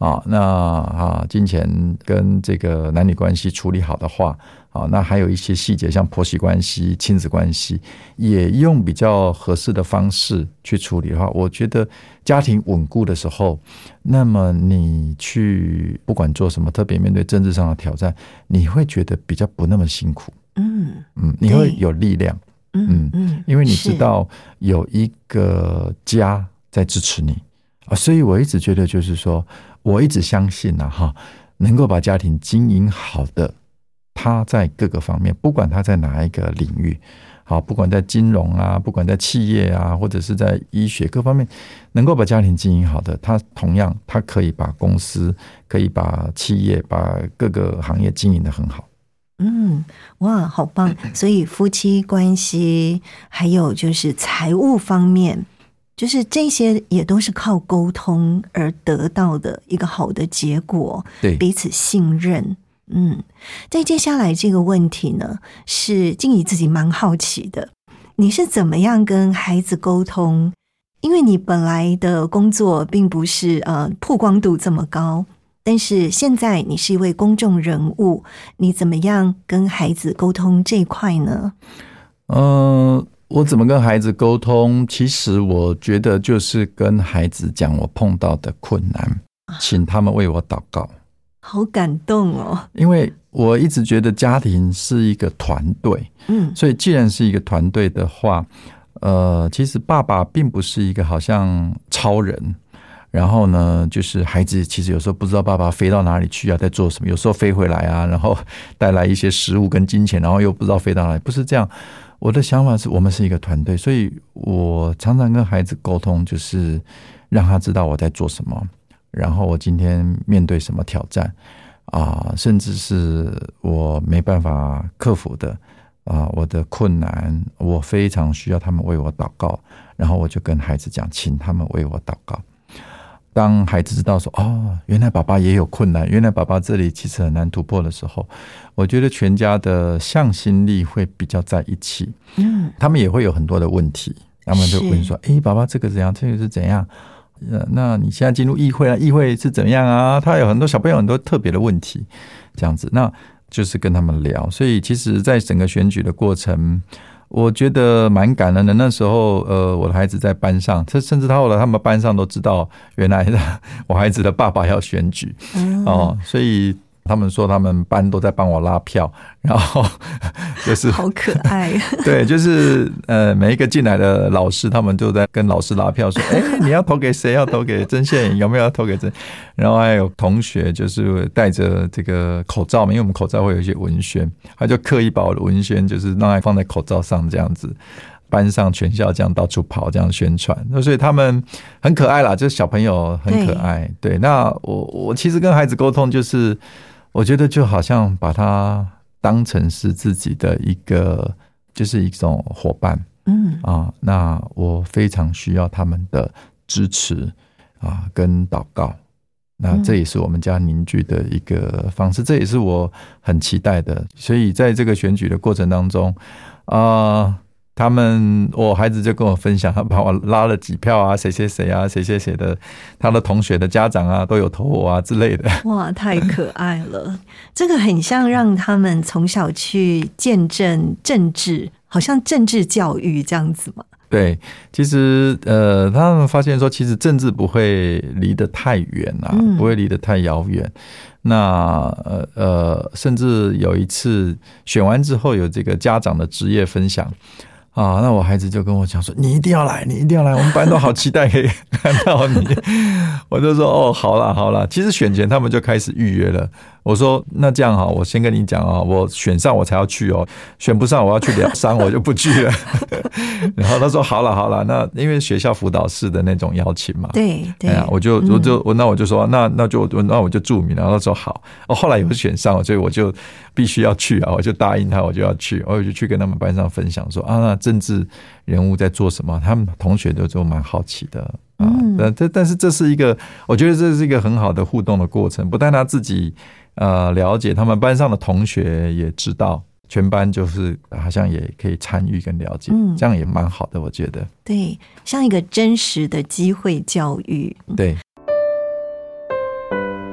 啊，那啊金钱跟这个男女关系处理好的话，啊，那还有一些细节，像婆媳关系、亲子关系，也用比较合适的方式去处理的话，我觉得家庭稳固的时候，那么你去不管做什么，特别面对政治上的挑战，你会觉得比较不那么辛苦。嗯嗯，你会有力量。嗯嗯，因为你知道有一个家在支持你啊，所以我一直觉得就是说，我一直相信啊哈，能够把家庭经营好的，他在各个方面，不管他在哪一个领域，好，不管在金融啊，不管在企业啊，或者是在医学各方面，能够把家庭经营好的，他同样他可以把公司，可以把企业，把各个行业经营得很好。 嗯，哇，好棒！所以夫妻关系，还有就是财务方面，就是这些也都是靠沟通而得到的一个好的结果，对，彼此信任。嗯，在接下来这个问题呢，是静怡自己蛮好奇的，你是怎么样跟孩子沟通？因为你本来的工作并不是呃曝光度这么高。但是现在你是一位公众人物，你怎么样跟孩子沟通这一块呢？ 嗯、呃，我怎么跟孩子沟通？其实我觉得就是跟孩子讲我碰到的困难，请他们为我祷告。 好感动哦！ 因为我一直觉得家庭是一个团队，嗯，所以既然是一个团队的话，呃，其实爸爸并不是一个好像超人。然后呢，就是孩子其实有时候不知道爸爸飞到哪里去啊，在做什么，有时候飞回来啊，然后带来一些食物跟金钱，然后又不知道飞到哪里，不是这样。我的想法是我们是一个团队，所以我常常跟孩子沟通，就是让他知道我在做什么，然后我今天面对什么挑战啊，甚至是我没办法克服的啊，我的困难，我非常需要他们为我祷告，然后我就跟孩子讲，请他们为我祷告。当孩子知道说哦，原来爸爸也有困难，原来爸爸这里其实很难突破的时候，我觉得全家的向心力会比较在一起。嗯，他们也会有很多的问题，他们就问说：“哎，爸爸这个怎样？这个是怎样？呃，那你现在进入议会啊，议会是怎样啊？”他有很多小朋友很多特别的问题，这样子，那就是跟他们聊。所以其实，在整个选举的过程，我觉得蛮感恩的。那时候，呃，我的孩子在班上，甚至他后来他们班上都知道，原来我孩子的爸爸要选举，嗯、哦，所以他们说他们班都在帮我拉票，然后就是好可爱， 对，就是呃，每一个进来的老师，他们就在跟老师拉票，说，哎、欸，你要投给谁？要投给曾宪颖？有没有要投给曾？然后还有同学就是戴着这个口罩嘛，因为我们口罩会有一些文宣，他就刻意把我的文宣就是让它放在口罩上这样子。班上全校这样到处跑这样宣传，所以他们很可爱啦，就是小朋友很可爱。 对, 对，那我我其实跟孩子沟通，就是我觉得就好像把他当成是自己的一个就是一种伙伴，嗯啊，那我非常需要他们的支持啊跟祷告，那这也是我们家凝聚的一个方式，这也是我很期待的。所以在这个选举的过程当中啊、呃他们，我孩子就跟我分享，他把我拉了几票啊，谁谁谁啊，谁谁谁的，他的同学的家长啊，都有投我啊之类的。 哇，太可爱了！这个很像让他们从小去见证政治，好像政治教育这样子嘛。 对，其实呃，他们发现说，其实政治不会离得太远啊，嗯、不会离得太遥远。那呃呃，甚至有一次选完之后，有这个家长的职业分享。啊，那我孩子就跟我讲说，你一定要来，你一定要来，我们班都好期待可以看到你。我就说哦，好啦好啦。其实选前他们就开始预约了。我说那这样好，我先跟你讲啊，我选上我才要去哦，选不上我要去疗伤，我就不去了。然后他说好了好了，那因为学校辅导室的那种邀请嘛， 对对、 哎，我就我就我那我就说那那就那我就注明，然后他说好。哦，后来有选上，所以我就必须要去啊，我就答应他，我就要去，我就去跟他们班上分享说啊，那政治人物在做什么，他们同学都都蛮好奇的啊。但但是这是一个，我觉得这是一个很好的互动的过程，不但他自己呃了解，他们班上的同学也知道，全班就是好像也可以参与跟了解，嗯、这样也蛮好的，我觉得。 对，像一个真实的机会教育。 对。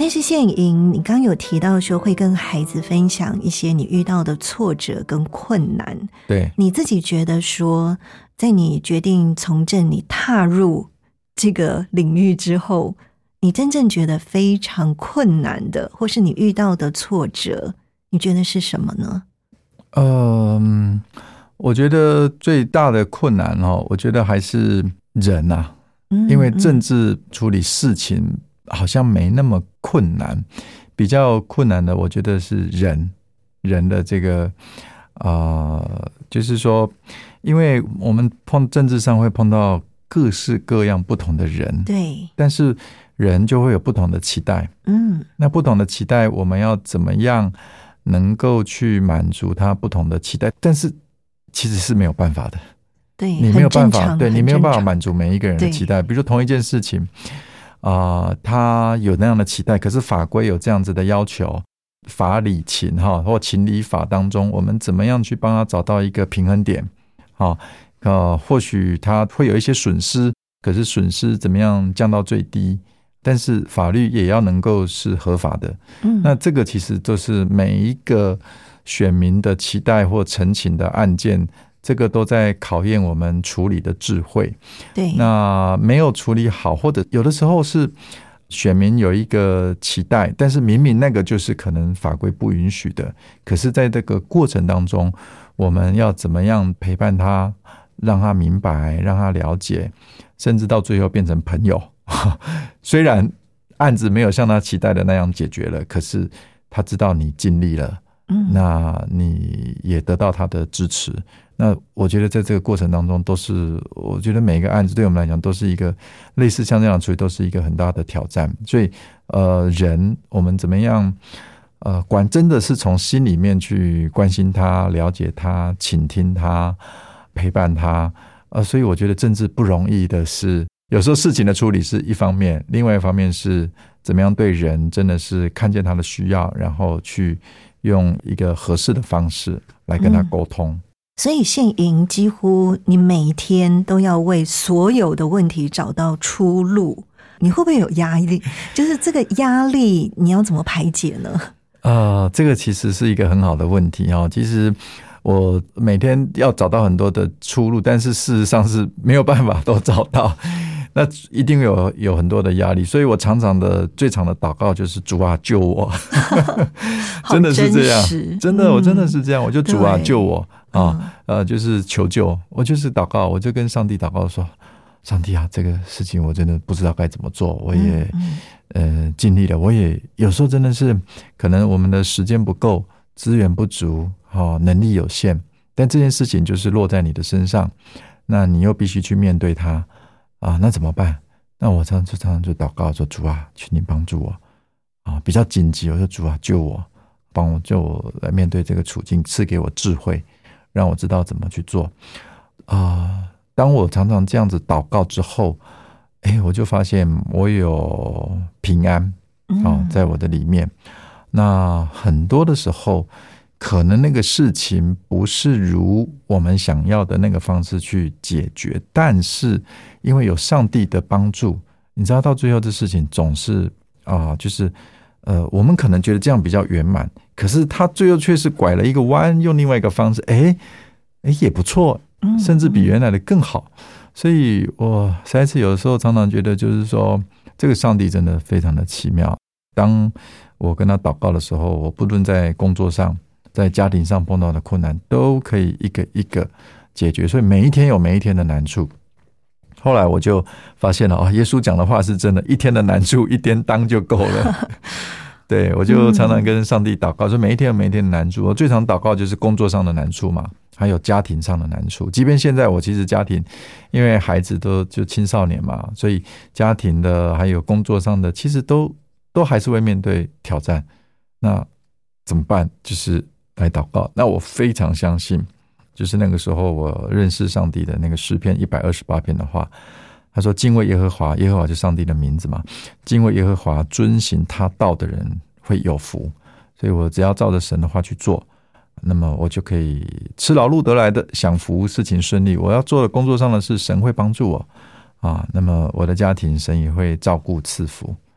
但是宪莹，你刚刚有提到说会跟孩子分享一些你遇到的挫折跟困难， 对， 你自己觉得说在你决定从政你踏入这个领域之后，你真正觉得非常困难的或是你遇到的挫折，你觉得是什么呢？ 嗯，我觉得最大的困难哦，我觉得还是人啊，嗯，因为政治处理事情好像没那么困难，比较困难的我觉得是人人的这个呃，就是说因为我们碰政治上会碰到各式各样不同的人， 对， 但是人就会有不同的期待，嗯，那不同的期待我们要怎么样能够去满足他不同的期待，但是其实是没有办法的， 对， 你没有办法，对，你没有办法满足每一个人的期待。比如说同一件事情啊，呃，他有那样的期待，可是法规有这样子的要求，法理情哈或情理法当中，我们怎么样去帮他找到一个平衡点啊？呃，或许他会有一些损失，可是损失怎么样降到最低？但是法律也要能够是合法的，嗯，那这个其实就是每一个选民的期待或陈情的案件，这个都在考验我们处理的智慧。 对， 那没有处理好，或者有的时候是选民有一个期待，但是明明那个就是可能法规不允许的，可是在这个过程当中，我们要怎么样陪伴他，让他明白，让他了解，甚至到最后变成朋友。虽然案子没有像他期待的那样解决了，可是他知道你尽力了，嗯，那你也得到他的支持。那我觉得在这个过程当中都是，我觉得每一个案子对我们来讲都是一个类似像这样的处理，都是一个很大的挑战。所以呃，人我们怎么样呃，管真的是从心里面去关心他，了解他，倾听他，陪伴他。呃，所以我觉得政治不容易的是，有时候事情的处理是一方面，另外一方面是怎么样对人真的是看见他的需要，然后去用一个合适的方式来跟他沟通。嗯， 所以宪莹几乎你每一天都要为所有的问题找到出路，你会不会有压力？就是这个压力你要怎么排解呢？ 呃，这个其实是一个很好的问题哦。其实我每天要找到很多的出路，但是事实上是没有办法都找到，那一定有有很多的压力，所以我常常的最长的祷告就是主啊救我真的是这样，真的，我真的是这样，我就主啊救我啊，呃，就是求救，我就是祷告，我就跟上帝祷告说，上帝啊，这个事情我真的不知道该怎么做，我也呃尽力了，我也有时候真的是可能我们的时间不够，资源不足，哦，能力有限，但这件事情就是落在你的身上，那你又必须去面对它啊，那怎么办？那我常常常常就祷告说，主啊，请你帮助我啊，比较紧急，我说主啊，救我，帮我救我来面对这个处境，赐给我智慧，让我知道怎么去做啊。当我常常这样子祷告之后，哎，我就发现我有平安啊，在我的里面。那很多的时候，可能那个事情不是如我们想要的那个方式去解决，但是因为有上帝的帮助，你知道到最后这事情总是啊、呃，就是呃，我们可能觉得这样比较圆满，可是他最后却是拐了一个弯，用另外一个方式，哎哎也不错，甚至比原来的更好。所以我实在是有的时候常常觉得，就是说这个上帝真的非常的奇妙。当我跟他祷告的时候，我不论在工作上，在家庭上碰到的困难，都可以一个一个解决。所以每一天有每一天的难处。后来我就发现了，哦，耶稣讲的话是真的，一天的难处一天当就够了。对，我就常常跟上帝祷告，说每一天有每一天的难处。我最常祷告就是工作上的难处嘛，还有家庭上的难处。即便现在我其实家庭，因为孩子都就青少年嘛，所以家庭的还有工作上的，其实都都还是会面对挑战。那怎么办？就是来祷告。那我非常相信，就是那个时候我认识上帝的那个诗篇一百二十八篇的话，他说敬畏耶和华，耶和华就上帝的名字嘛，敬畏耶和华遵行他道的人会有福。所以我只要照着神的话去做，那么我就可以吃劳碌得来的享福，事情顺利。我要做的工作上的事，神会帮助我啊。那么我的家庭，神也会照顾赐福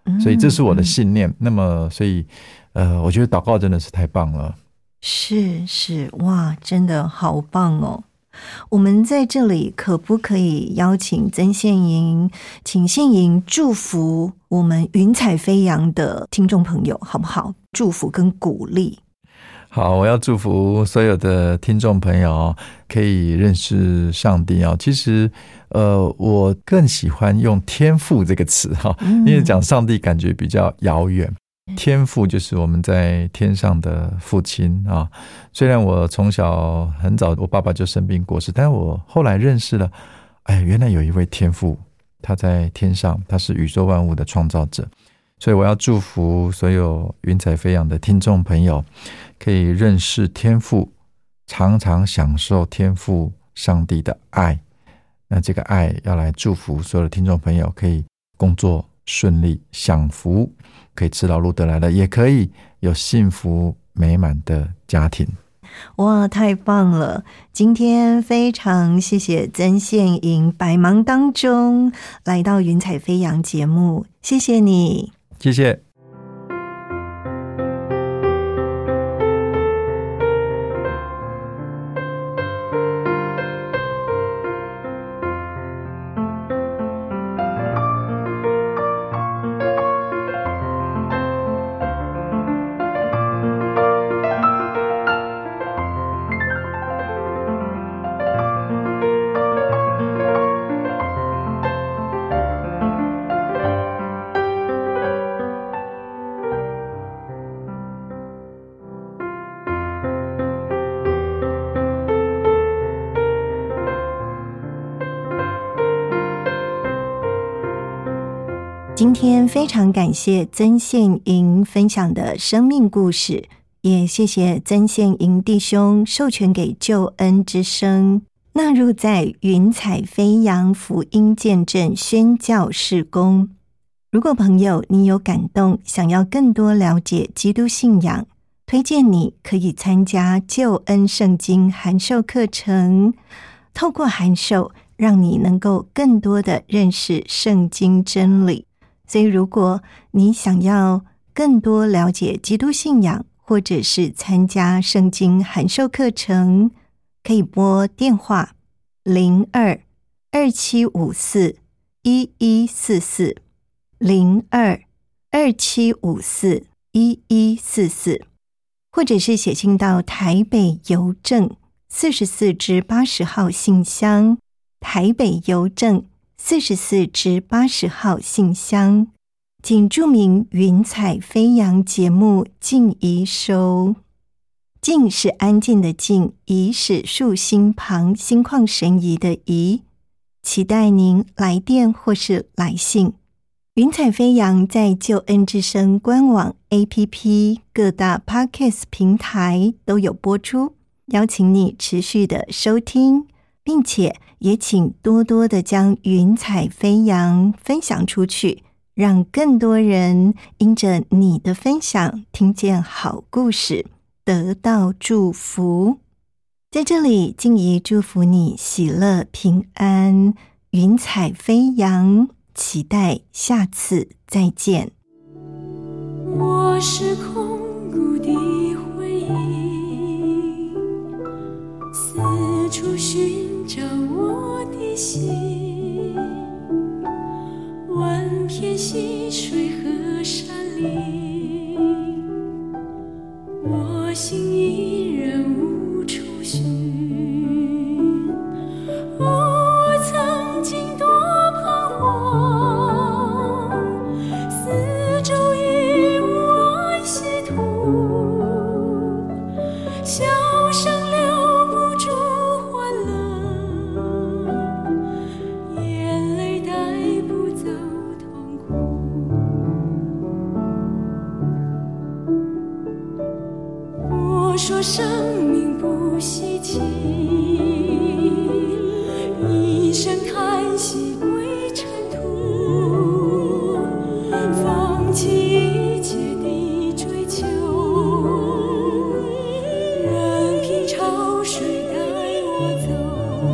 所以这是我的信念。嗯、那么，所以呃，我觉得祷告真的是太棒了。 是是，哇，真的好棒哦！我们在这里可不可以邀请曾宪营，请宪营祝福我们云彩飞扬的听众朋友，好不好？祝福跟鼓励。 好，我要祝福所有的听众朋友可以认识上帝啊。其实呃，我更喜欢用天父这个词哈，因为讲上帝感觉比较遥远。天父就是我们在天上的父亲啊。虽然我从小很早我爸爸就生病过世，但我后来认识了，哎，原来有一位天父，他在天上，他是宇宙万物的创造者。所以我要祝福所有云彩飞扬的听众朋友可以认识天父，常常享受天父上帝的爱。那这个爱要来祝福所有的听众朋友可以工作顺利，享福，可以吃劳碌得来的，也可以有幸福美满的家庭。 哇，太棒了！今天非常谢谢曾宪营百忙当中来到云彩飞扬节目，谢谢你。 谢谢。 今天非常感谢曾宪营分享的生命故事，也谢谢曾宪营弟兄授权给救恩之声纳入在云彩飞扬福音见证宣教事工。如果朋友你有感动，想要更多了解基督信仰，推荐你可以参加救恩圣经函授课程，透过函授让你能够更多的认识圣经真理。所以如果你想要更多了解基督信仰，或者是参加圣经函授课程，可以拨电话零二二七五四一一四四零二二七五四一一四四，或者是写信到台北邮政四十四至八十号信箱，台北邮政四十四至八十号信箱，请注明云彩飞扬节目静怡收。静是安静的静，怡是竖心旁心旷神怡的怡。期待您来电或是来信。云彩飞扬在救恩之声官网 A P P 各大 Podcast 平台都有播出，邀请你持续的收听，并且也请多多的将云彩飞扬分享出去，让更多人因着你的分享听见好故事，得到祝福。在这里静怡祝福你喜乐平安，云彩飞扬，期待下次再见。 我是空谷的回忆，四处寻找我的心，万片溪水和山林，我心依然无处寻。我曾经多彷徨，四周已无安息土，笑声留不住欢乐，眼泪带不走痛苦。我说生命不稀奇，一声叹息归尘土，放弃一切的追求，任凭潮水带我走。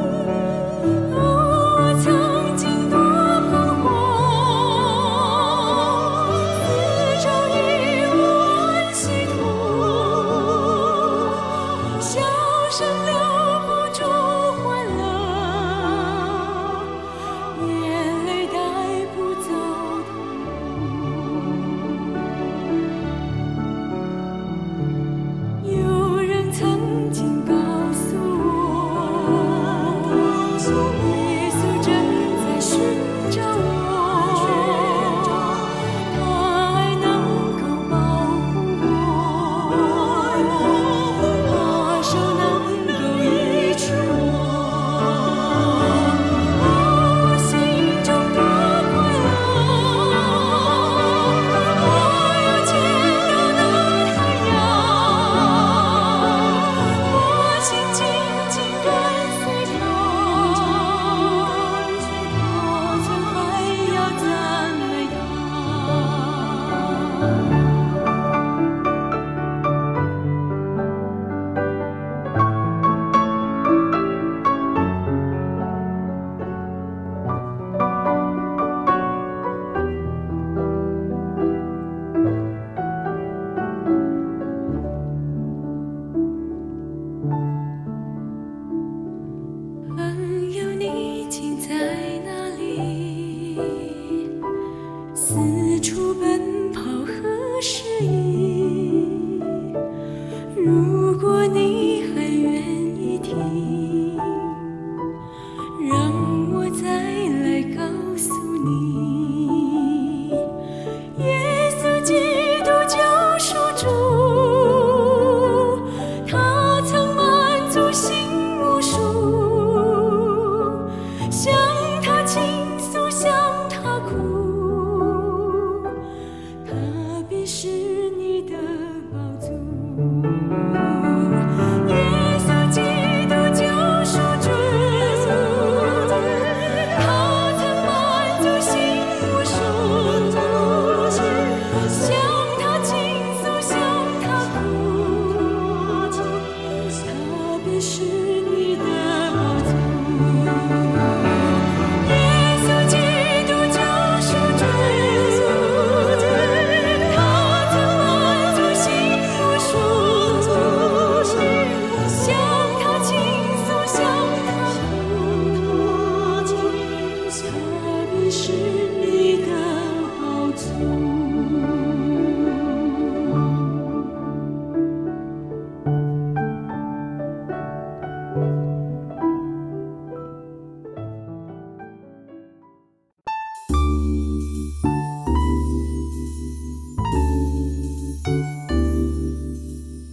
我曾经多彷徨，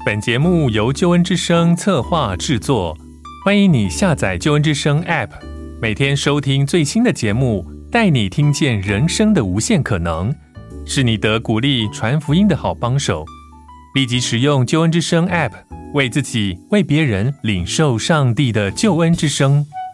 本节目由救恩之声策划制作，欢迎你下载救恩之声 App， 每天收听最新的节目，带你听见人生的无限可能，是你得鼓励传福音的好帮手。立即使用救恩之声 App， 为自己、为别人领受上帝的救恩之声。